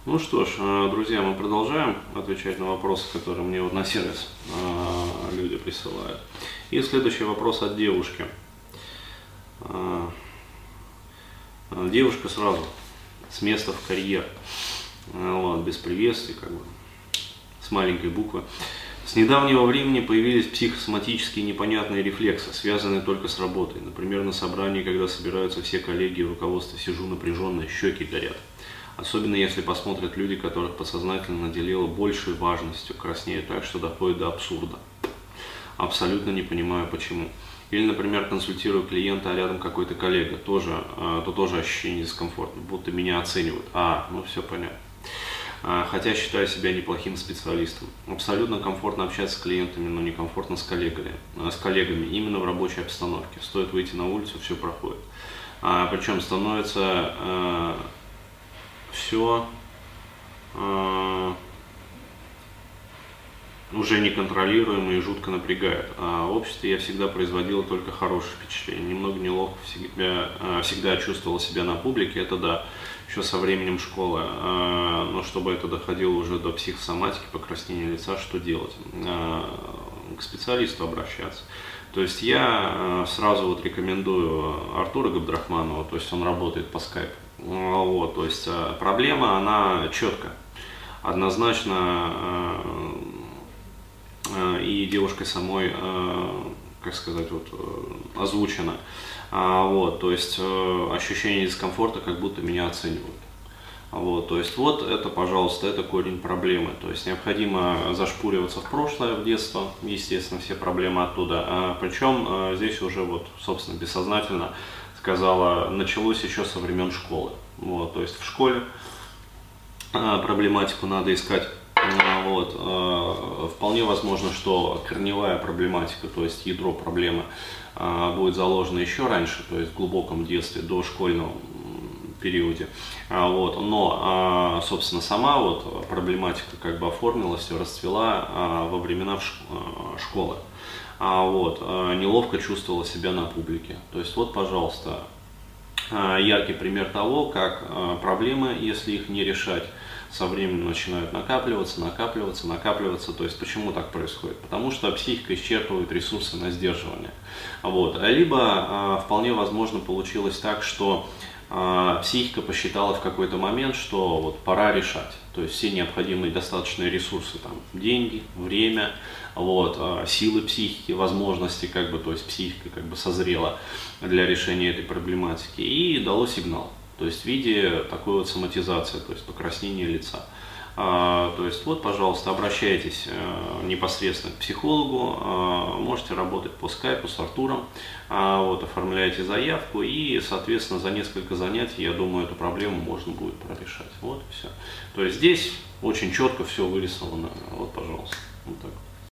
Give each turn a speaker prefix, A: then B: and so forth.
A: Ну что ж, друзья, мы продолжаем отвечать на вопросы, которые мне вот на сервис люди присылают. И следующий вопрос от девушки. Девушка сразу с места в карьер, вот, без приветствий, как бы, с маленькой буквы. С недавнего времени появились психосоматические непонятные рефлексы, связанные только с работой. Например, на собрании, когда собираются все коллеги и руководство, сижу напряженно, щеки горят. Особенно если посмотрят люди, которых подсознательно наделило большей важностью, краснеют так, что доходит до абсурда. Абсолютно не понимаю, почему. Или, например, консультирую клиента, а рядом какой-то коллега, то тоже ощущение дискомфорта, будто меня оценивают. Ну все понятно. Хотя считаю себя неплохим специалистом. Абсолютно комфортно общаться с клиентами, но некомфортно с коллегами, именно в рабочей обстановке. Стоит выйти на улицу, все проходит. Причем становится все уже неконтролируемо и жутко напрягает. В обществе я всегда производила только хорошее впечатление. Немного неловко всегда чувствовала себя на публике, это да, еще со временем школы. Но чтобы это доходило уже до психосоматики, покраснения лица, что делать? К специалисту обращаться. То есть я сразу вот рекомендую Артура Габдрахманова, то есть он работает по скайпу. Вот, то есть проблема, она четко, однозначно и девушкой самой, как сказать, вот, озвучена. Вот, то есть ощущение дискомфорта, как будто меня оценивают. Вот, то есть вот это, пожалуйста, это корень проблемы. То есть необходимо зашпуриваться в прошлое, в детство, естественно, все проблемы оттуда. Причем здесь уже вот, собственно, бессознательно сказала, началось еще со времен школы. Вот, то есть в школе проблематику надо искать. Вот, вполне возможно, что корневая проблематика, то есть ядро проблемы, будет заложено еще раньше, то есть в глубоком детстве, до школьного периоде. Вот, но, собственно, сама вот проблематика как бы оформилась и расцвела во времена школы. Вот, неловко чувствовала себя на публике. То есть вот, пожалуйста, яркий пример того, как проблемы, если их не решать, со временем начинают накапливаться. То есть почему так происходит? Потому что психика исчерпывает ресурсы на сдерживание. Вот. Либо вполне возможно получилось так, что психика посчитала в какой-то момент, что вот пора решать. То есть все необходимые достаточные ресурсы, там, деньги, время, вот, силы психики, возможности, как бы, то есть психика как бы созрела для решения этой проблематики и дало сигнал. То есть в виде такой вот соматизации, то есть покраснения лица. То есть вот, пожалуйста, обращайтесь непосредственно к психологу, можете работать по скайпу с Артуром, вот, оформляйте заявку и, соответственно, за несколько занятий, я думаю, эту проблему можно будет прорешать. Вот и все. То есть здесь очень четко все вырисовано. Вот, пожалуйста. Вот так.